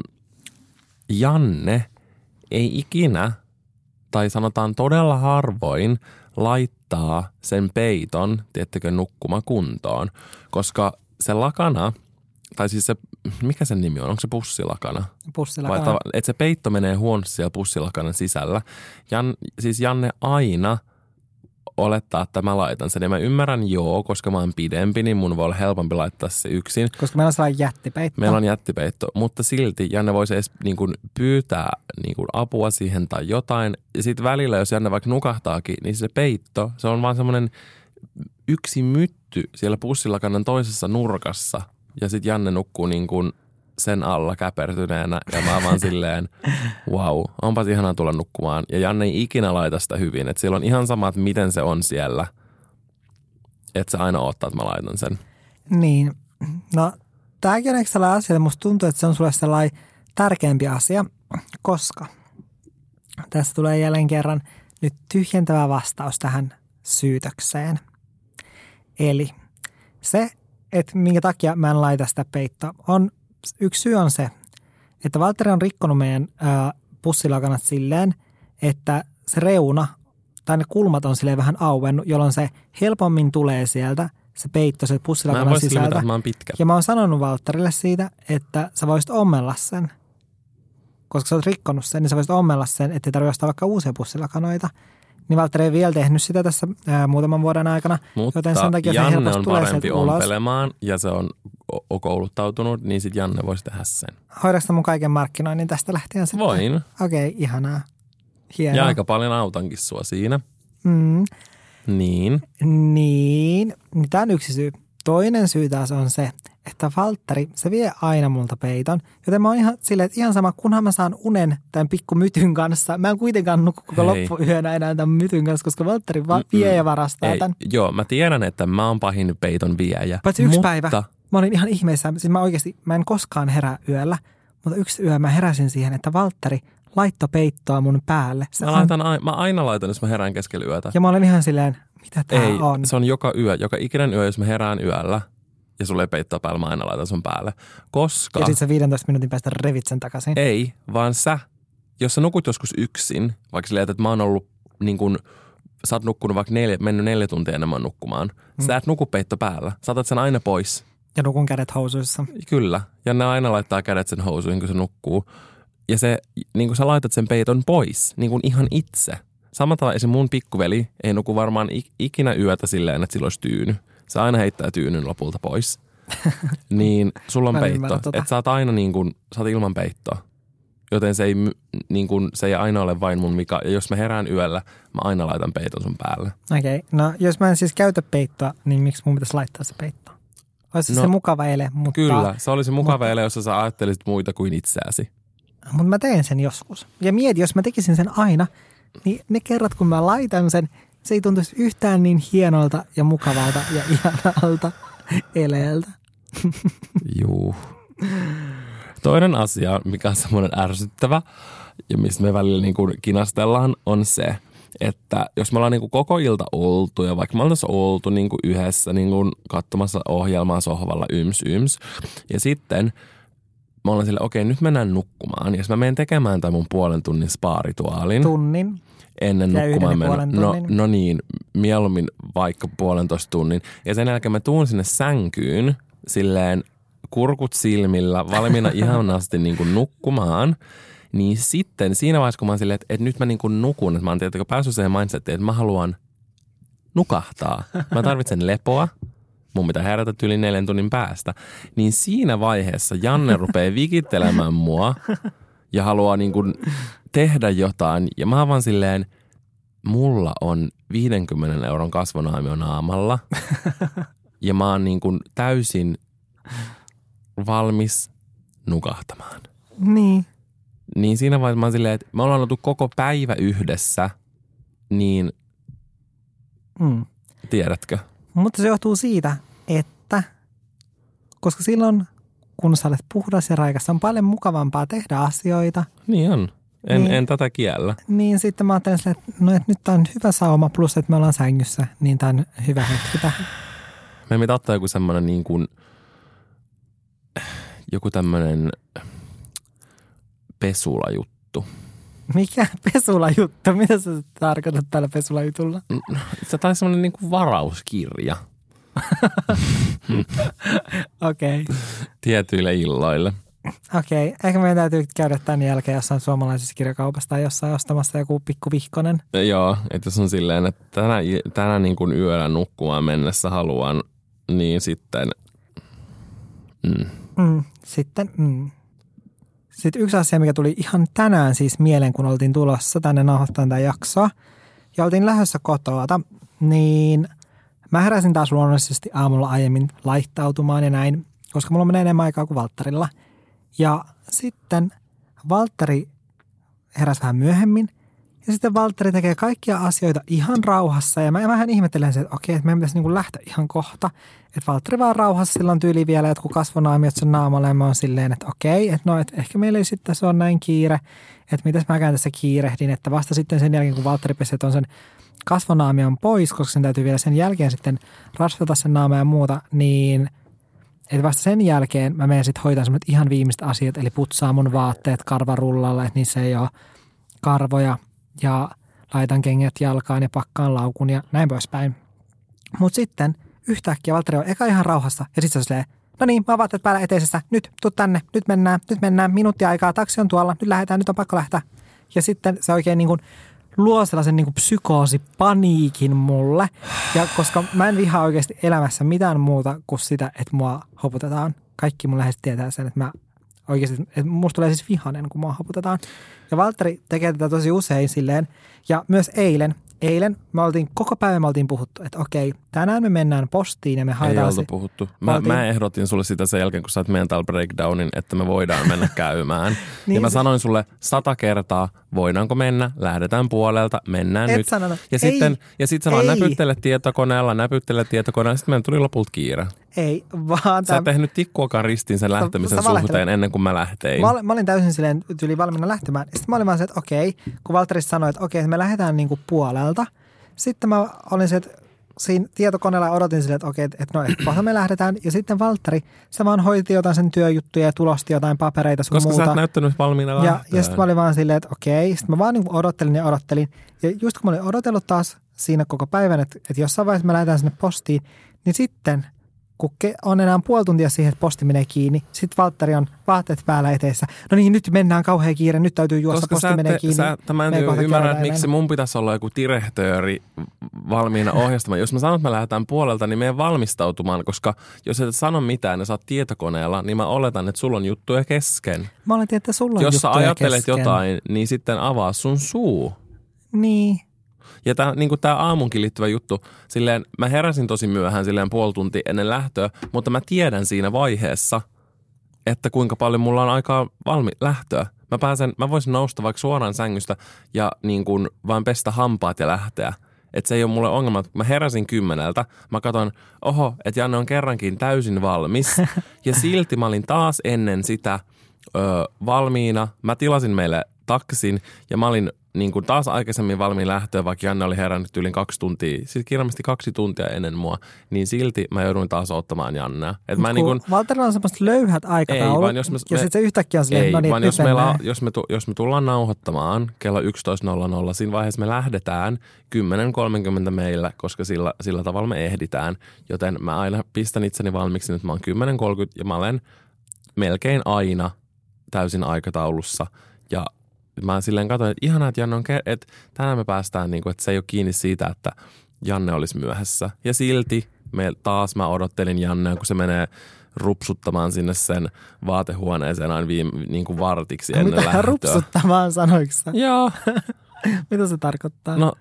Janne ei ikinä, tai sanotaan todella harvoin, laittaa sen peiton, tiettekö, nukkumakuntoon, koska se lakana, tai siis se, mikä sen nimi on, onko se pussilakana? Pussilakana. Vai, että se peitto menee huonosti siellä pussilakanan sisällä. Jan, siis Janne aina olettaa, että mä laitan sen. Ja mä ymmärrän joo, koska mä oon pidempi, niin mun voi olla helpompi laittaa se yksin. Koska meillä on sellainen jättipeitto. Meillä on jättipeitto, mutta silti Janne voisi edes niin kuin pyytää niin kuin apua siihen tai jotain. Ja sitten välillä, jos Janne vaikka nukahtaakin, niin se peitto, se on vaan semmoinen yksi mytty siellä pussilakanan toisessa nurkassa. Ja sitten Janne nukkuu niin kuin sen alla käpertyneenä ja mä vaan silleen, wow, onpas ihanaa tulla nukkumaan. Ja Janne ei ikinä laita sitä hyvin, että siellä on ihan sama, että miten se on siellä, että se aina odottaa, että mä laitan sen. Niin, no tämäkin on sellainen asia, että musta tuntuu, että se on sulle sellainen tärkeämpi asia, koska tässä tulee jälleen kerran nyt tyhjentävä vastaus tähän syytökseen. Eli se, että minkä takia mä en laita sitä peittoa, on yksi syy on se, että Valtteri on rikkonut meidän ää, pussilakanat silleen, että se reuna tai ne kulmat on silleen vähän auennut, jolloin se helpommin tulee sieltä, se peitto, se pussilakanan sisältä. Limita, mä oon pitkä. Ja mä oon sanonut Valtterille siitä, että sä voisit ommella sen. koska sä oot rikkonut sen, niin sä voisit ommella sen, ettei tarvitse ostaa vaikka uusia pussilakanoita. Niin Valtteri ei vielä tehnyt sitä tässä ää, muutaman vuoden aikana. Mutta joten sen takia Janne se on tulee parempi ulos. ompelemaan ja se on o- kouluttautunut, niin sitten Janne voisi tehdä sen. Hoidaanko mun kaiken markkinoinnin tästä lähtien sitten? Voin. Okei, okay, ihanaa. Hienoa. Ja aika paljon autankin sua siinä. Mm. Niin. Niin. Tämä on yksi syy. Toinen syy taas on se, että Valtteri, se vie aina multa peiton. Joten mä oon ihan silleen, että ihan sama, kunhan mä saan unen tämän pikku mytyn kanssa. Mä en kuitenkaan nuku koko Hei. loppuyönä enää tämän mytyn kanssa, koska Valtteri va- vie ja varastaa Ei, tämän. joo, mä tiedän, että mä oon pahin peiton viejä. Paitsi yksi mutta... päivä. Mä olin ihan ihmeessä. Siis mä oikeasti, mä en koskaan herää yöllä, mutta yksi yö mä heräsin siihen, että Valtteri laittoi peittoa mun päälle. Se Mä, laitan, an... mä aina laitan, jos mä herään keskellä yötä. Ja mä olin ihan silleen, mitä tää Ei, on? se on joka yö, joka ikinen yö, jos mä herään yöllä ja sulle ei peittoa päällä, mä aina laitan sun päälle. Koska... Ja sit sä viidentoista minuutin päästä revit sen takaisin. Ei, vaan sä, jos sä nukut joskus yksin, vaikka silleen, että mä oon ollut niin kuin, sä oot nukkunut vaikka neljä, mennyt neljä tuntia enemmän nukkumaan. Mm. Sä et nuku peitto päällä. Sä otat sen aina pois. Ja nukun kädet housuissa. Kyllä. Ja ne aina laittaa kädet sen housuihin, kun se nukkuu. Ja se, niin kuin sä laitat sen peiton pois, niin kuin ihan itse. Samalla tavalla esim. Mun pikkuveli ei nuku varmaan ikinä yötä silleen, että sillä olisi tyyny. Se aina heittää tyynyn lopulta pois. Niin sulla on peitto. Tota. Että sä oot aina niin kuin, sä oot ilman peittoa. Joten se ei, niin kuin, se ei aina ole vain mun vika. Ja jos mä herään yöllä, mä aina laitan peiton sun päälle. Okei. Okay. No jos mä en siis käytä peittoa, niin miksi mun pitäisi laittaa se peitto? Olisi no, se mukava ele, mutta... Kyllä, se olisi mukava mutta, ele, jos sä ajattelisit muita kuin itseäsi. Mutta mä teen sen joskus. Ja mieti, jos mä tekisin sen aina, niin ne kerrat, kun mä laitan sen, se ei tuntuisi yhtään niin hienolta ja mukavalta ja ihanalta eleeltä. Juu. Toinen asia, mikä on semmoinen ärsyttävä ja mistä me välillä niin kuin kinastellaan, on se, että jos me ollaan niin kuin koko ilta oltu ja vaikka me oltaisiin oltu niin kuin yhdessä niin kuin katsomassa ohjelmaa sohvalla yms yms ja sitten mä ollaan silleen, okei, nyt mennään nukkumaan. Ja jos mä menen tekemään tämän mun puolen tunnin spa-rituaalin. Tunnin. Ennen ja nukkumaan mennä. No, no niin, mieluummin vaikka puolentoista tunnin. Ja sen jälkeen mä tuun sinne sänkyyn silleen kurkut silmillä, valmiina ihanasti niin kuin nukkumaan. Niin sitten siinä vaiheessa, kun mä oon silleen, että, että nyt mä niin kuin nukun, että mä oon tietenkin päässyt siihen mindsetiin, että mä haluan nukahtaa. Mä tarvitsen lepoa. Mun pitää herätä yli neljän tunnin päästä. Niin siinä vaiheessa Janne rupeaa vikittelemään mua ja haluaa niin kuin tehdä jotain. Ja mä oon vaan silleen, mulla on viidenkymmenen euron kasvonaamio naamalla. Ja mä oon niin kuin täysin valmis nukahtamaan. Niin. Niin siinä vaiheessa mä oon silleen, että me ollaan oltu koko päivä yhdessä, niin mm. tiedätkö? Mutta se johtuu siitä, että koska silloin, kun sä olet puhdas ja raikas, on paljon mukavampaa tehdä asioita. Niin on. En, niin, en tätä kiellä. Niin sitten mä ajattelen silleen, että, no, että nyt tää on hyvä sauma, plus että me ollaan sängyssä, niin tää on hyvä hetki tähän. Me pitää ottaa joku semmoinen niin kuin, joku tämmöinen pesulajuttu. Mikä pesulajuttu? Mitä sä tarkoitat tällä pesulajutulla? Se taisi semmoinen niin kuin varauskirja. Okei. Okay. Tietyille illoille. Okei. Okay. Ehkä meidän täytyy käydä tämän jälkeen jossain suomalaisessa kirjakaupassa tai jossain ostamassa joku pikku vihkonen. Joo, että jos on silleen, että tänä, tänä niin kuin yöllä nukkumaan mennessä haluan, niin sitten... Mm. Mm, sitten... Mm. Sitten yksi asia, mikä tuli ihan tänään siis mieleen, kun oltiin tulossa tänne nauhoittamaan tätä jaksoa ja oltiin lähdössä kotoa, niin mä heräsin taas luonnollisesti aamulla aiemmin laittautumaan ja näin, koska mulla menee enemmän aikaa kuin Valtterilla. Ja sitten Valtteri heräsi vähän myöhemmin ja sitten Valtteri tekee kaikkia asioita ihan rauhassa ja mä vähän ihmettelen se, että okei, että meidän pitäisi niin kuin lähteä ihan kohta. Että Valtteri vaan rauhassa, sillä on tyyli vielä jotkut kasvonaamiot sen naamalla ja mä oon silleen, että okei, että no, että ehkä meillä ei sitten se on näin kiire, että mitäs mäkään tässä kiirehdin, että vasta sitten sen jälkeen, kun Valtteri pesi on sen kasvonaamion pois, koska sen täytyy vielä sen jälkeen sitten rasvata sen naama ja muuta, niin että vasta sen jälkeen mä menen sitten hoitaa semmoiset ihan viimeiset asiat, eli putsaa mun vaatteet karvarullalla, että niissä ei ole karvoja ja laitan kengät jalkaan ja pakkaan laukun ja näin poispäin. Mutta sitten yhtäkkiä Valtteri on eka ihan rauhassa ja sitten se on silleen, no niin, mä oon vaatteet päällä eteisessä, nyt, tuu tänne, nyt mennään, nyt mennään, minuutti aikaa, taksi on tuolla, nyt lähdetään, nyt on pakko lähteä. Ja sitten se oikein niin kuin luo sellaisen niin kuin psykoosipaniikin mulle. Ja koska mä en vihaa oikeasti elämässä mitään muuta kuin sitä, että mua hoputetaan. Kaikki mun lähes tietää sen, että mä oikeasti, että musta tulee siis vihanen, kun mua hoputetaan. Ja Valtteri tekee tätä tosi usein silleen. Ja myös eilen, eilen me oltiin, koko päivän me oltiin puhuttu, että okei, tänään me mennään postiin ja me haetaan. Ei oltu puhuttu. Mä, oltiin... mä ehdotin sulle sitä sen jälkeen, kun sä oot mental breakdownin, että me voidaan mennä käymään. niin ja mä se... sanoin sulle sata kertaa, voidaanko mennä, lähdetään puolelta, mennään Et nyt. Sanonut. Ja ei, sitten, ja sitten sä vaan näpyttele tietokoneella, näpyttele tietokoneella, sitten meillä tuli lopulta kiire. Ei, vaan... Sä et tehnyt tikkuakaan ristiin sen lähtemisen sä, sä suhteen ennen kuin mä lähtein. Mä, mä olin täysin silleen tyyli valmiina lähtemään. Sitten mä olin vaan se, että okei, kun Valtteri sanoi, että okei, me lähdetään niinku puolelta. Sitten mä olin se, että siinä tietokoneella odotin silleen, että okei, että no, että kohta me lähdetään. Ja sitten Valtteri, se vaan hoiti jotain sen työjuttuja ja tulosti jotain papereita sun Koska muuta. Koska sä et näyttänyt valmiina lähteä. Ja, ja sitten mä olin vaan silleen, että okei. Sitten mä vaan niin odottelin ja odottelin. Ja just kun mä olin odotellut taas siinä koko päivän, että, että jossain vaiheessa me lähdetään sinne postiin, niin sitten kun on enää puoli tuntia siihen, että posti menee kiinni, sitten Valtteri on vaatteet päällä eteessä. No niin, nyt mennään kauhean kiire, nyt täytyy juosta, koska posti menee te, kiinni. Sä, mä en ymmärrä, että miksi mun pitäisi olla joku direhtööri valmiina ohjastamaan. Jos mä sanon, että me lähdetään puolelta, niin menen valmistautumaan, koska jos et sano mitään ja sä oot tietokoneella, niin mä oletan, että sulla on juttuja kesken. Mä oletin, että sulla on jos juttuja sä ajattelet kesken. jotain, niin sitten avaa sun suu. Niin. Ja tämä niin aamunkin liittyvä juttu, silleen mä heräsin tosi myöhään silleen puoli tuntia ennen lähtöä, mutta mä tiedän siinä vaiheessa, että kuinka paljon mulla on aikaa valmi lähtöä. Mä pääsen, mä voisin nousta vaikka suoraan sängystä ja niin kuin vaan pestä hampaat ja lähteä. Että se ei ole mulle ongelma. Mä heräsin kymmeneltä, mä katson, oho, että Janne on kerrankin täysin valmis. Ja silti mä olin taas ennen sitä ö, valmiina. Mä tilasin meille taksin ja mä olin niin kuin taas aikaisemmin valmiin lähtöä, vaikka Janne oli herännyt yli kaksi tuntia, siis kirjallisesti kaksi tuntia ennen mua, niin silti mä jouduin taas ottamaan Jannea. Mutta kun niin kun, Valterilla on semmoista löyhät aikataulut, ja sitten se yhtäkkiä on silleen, ei, no niin, vaan jos, meillä, jos, me, jos me tullaan nauhoittamaan kello yksitoista nolla nolla, siinä vaiheessa me lähdetään kymmenen kolmekymmentä meillä, koska sillä, sillä tavalla me ehditään. Joten mä aina pistän itseni valmiiksi, nyt mä oon kymmenen kolmekymmentä ja mä olen melkein aina täysin aikataulussa ja mä silleen katsoin, että ihanaa, että Janne on, ke- että tänään me päästään, niin kuin, että se ei ole kiinni siitä, että Janne olisi myöhässä. Ja silti me, taas mä odottelin Jannea, kun se menee rupsuttamaan sinne sen vaatehuoneeseen aina viime, niin kuin vartiksi ennen lähtöä. Mitä rupsuttamaan sanoiko sä? Joo. Mitä se tarkoittaa? No,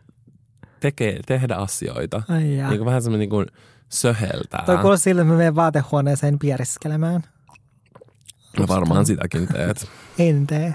tekee, tehdä asioita. Ai niin kuin vähän semmoinen niin kuin söheltää. Toi kuulostaa siltä, että mä menen vaatehuoneeseen pieriskelemään. No varmaan sitäkin teet. En tee.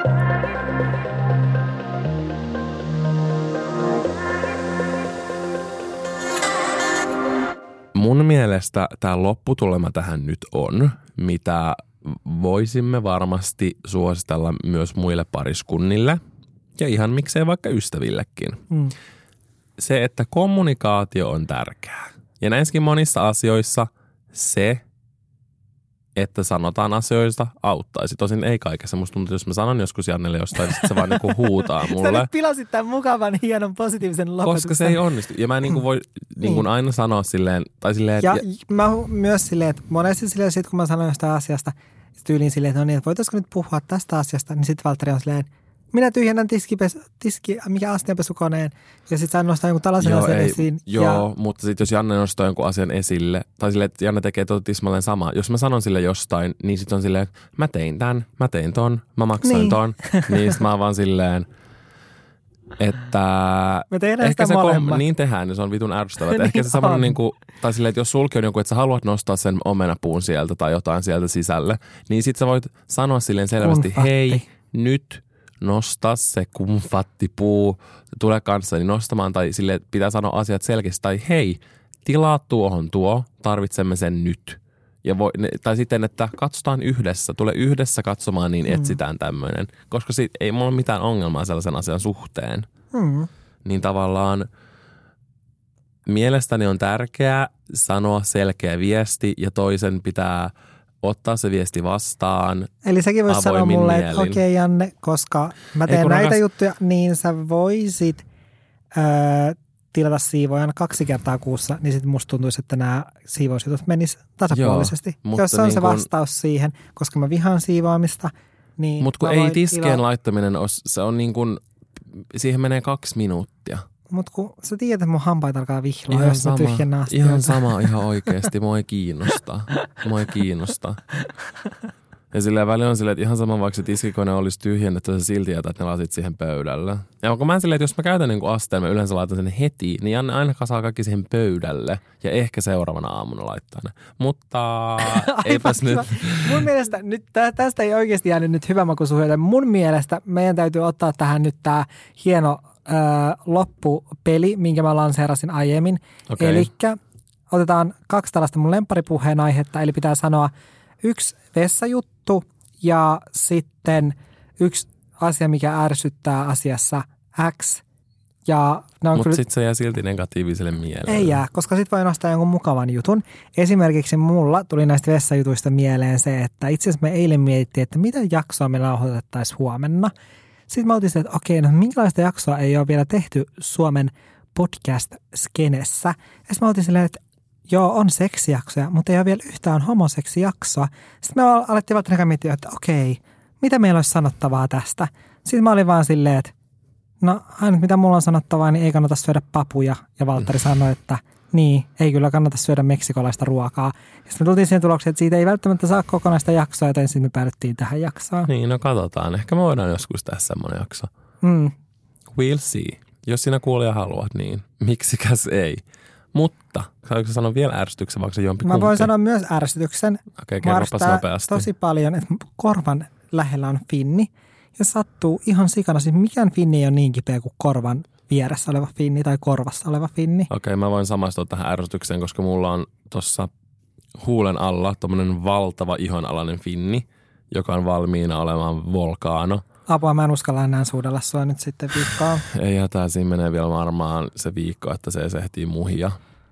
Mun mielestä tämä lopputulema tähän nyt on, mitä voisimme varmasti suositella myös muille pariskunnille ja ihan miksei vaikka ystävillekin. Mm. Se, että kommunikaatio on tärkeää. Ja näissäkin monissa asioissa se, että sanotaan asioista, auttaisi. Tosin ei kaikessa. Musta tuntuu, että jos mä sanon joskus Jannelle jostain, niin se vaan niinku huutaa mulle. Sä nyt pilasit tämän mukavan, hienon, positiivisen lopetuksen. Koska se ei onnistu. Ja mä en niinku voi niinku niin. aina sanoa silleen, tai silleen... Ja, ja mä myös silleen, että monesti silleen, sit kun mä sanon jostain asiasta, tyyliin silleen, että no niin, että voitaisiko nyt puhua tästä asiasta, niin sitten Valtteri on silleen, minä tyhjennän tiskipes, tiski, mikä astianpesukoneen, ja sitten sä nostaa jonkun tällaisen joo, asian ei, esiin. Joo, ja... mutta sitten jos Janne nostaa jonkun asian esille, tai silleen, että Janne tekee tuota tismalleen samaa. Jos mä sanon sille jostain, niin sitten on silleen, että mä tein tämän, mä tein ton, mä maksoin niin. ton. Niin sitten mä oon vaan silleen, että... Me tehdään ehkä sitä se kom- niin tehdään, niin se on vitun ärsyttävä. niin ehkä se semmoinen niin kuin, tai silleen, että jos sulki on joku, että sä haluat nostaa sen omenapuun sieltä tai jotain sieltä sisälle, niin sitten sä voit sanoa silleen selvästi, Kunfatti. hei, nyt... nostaa se kumfattipuu, tule kanssani nostamaan tai sille pitää sanoa asiat selkeästi tai hei, tilaa tuohon tuo, tarvitsemme sen nyt. Ja voi, tai sitten, että katsotaan yhdessä, tule yhdessä katsomaan, niin etsitään tämmöinen. Koska sit ei mulla ole mitään ongelmaa sellaisen asian suhteen. Mm. Niin tavallaan mielestäni on tärkeää sanoa selkeä viesti ja toisen pitää ottaa se viesti vastaan. Eli säkin voisi sanoa mulle, että okei okay, Janne, koska mä teen näitä rakas... juttuja, niin sä voisit öö, tilata siivoojan kaksi kertaa kuussa, niin sitten musta tuntuisi, että nämä siivousjutut menis tasapuolisesti. Joo, jos se on niin se kun... vastaus siihen, koska mä vihaan siivoamista, niin mutta kun ei tiskien ilo... laittaminen ole, se on niin kuin, siihen menee kaksi minuuttia. Mutta kun sä tiedät, että mun hampaita alkaa vihloa, ihan jos sama, mä tyhjennä astioita. Ihan sama, ihan oikeasti. Mua ei kiinnosta. Mua ei kiinnosta. Ja silleen välillä on silleen, että ihan sama vaikka se tiskikone olisi tyhjennetty, sä silti jätät ne lasit siihen pöydälle. Ja kun mä silleen, että jos mä käytän niin asteen, mä yleensä laitan sen heti, niin Janne aina kasaa kaikki siihen pöydälle. Ja ehkä seuraavana aamuna laittaa ne. Mutta eipäs nyt. Mun mielestä nyt tästä ei oikeasti jäänyt nyt hyvä maku suhde. Mun mielestä meidän täytyy ottaa tähän nyt tää hieno ö, loppupeli, minkä mä lanseerasin aiemmin. Okay. Elikkä otetaan kaksi tällaista mun lempparipuheen aihetta, eli pitää sanoa yksi vessajuttu ja sitten yksi asia, mikä ärsyttää asiassa X. Mutta kyllä... sitten se jää silti negatiiviselle mielelle. Ei jää, koska sitten voi nostaa jonkun mukavan jutun. Esimerkiksi mulla tuli näistä vessajutuista mieleen se, että itse asiassa me eilen mietittiin, että mitä jaksoa me nauhoitettaisiin huomenna. Sitten mä oltiin se, että okei, no minkälaista jaksoa ei ole vielä tehty Suomen podcast-skenessä. Ja sitten mä oltiin silleen, että joo, on seksijaksoja, mutta ei ole vielä yhtään homoseksijaksoa. Sitten me alettiin välttämättä miettiä, että okei, mitä meillä olisi sanottavaa tästä. Sitten mä olin vaan silleen, että no aina mitä mulla on sanottavaa, niin ei kannata syödä papuja. Ja Valtteri sanoi, että niin, ei kyllä kannata syödä meksikolaista ruokaa. Ja sitten me tultiin siihen tulokseen, että siitä ei välttämättä saa kokonaista jaksoa, joten sitten me päädyttiin tähän jaksoon. Niin, no katsotaan. Ehkä me voidaan joskus tehdä semmoinen jakso. Mm. We'll see. Jos sinä kuulija haluat, niin miksikäs ei. Mutta, saanko sanoa vielä ärsytyksen, vaikka se jompi Mä voin sanoa myös ärsytyksen. Okei, kerropas nopeasti. Tosi paljon, että korvan lähellä on finni. Ja sattuu ihan sikana. Siis mikään finni ei ole niin kipeä kuin korvan vieressä oleva finni tai korvassa oleva finni. Okei, mä voin samaistua tähän ärsytykseen, koska mulla on tuossa huulen alla tommonen valtava ihonalainen finni, joka on valmiina olemaan vulkaano. Apua, mä en uskalla enää suudella sua nyt sitten viikkoa. Ei hätää, siinä menee vielä varmaan se viikko, että se ehtii muhia.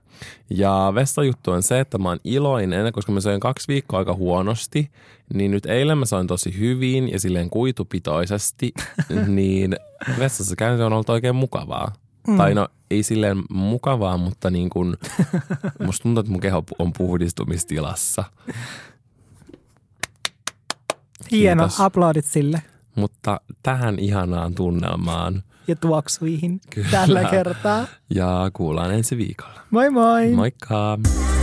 Ja vessajuttu on se, että mä oon iloinen, koska mä söin kaksi viikkoa aika huonosti, niin nyt eilen mä soin tosi hyvin ja silleen kuitupitoisesti, niin vessassa käynti on ollut oikein mukavaa. Mm. Tai no ei silleen mukavaa, mutta niin kuin musta tuntuu, että mun keho on puhdistumistilassa. Hieno, aplodit sille. Mutta tähän ihanaan tunnelmaan. Ja tuoksuihin Kyllä. tällä kertaa. Ja kuullaan ensi viikolla. Moi moi! Moikka!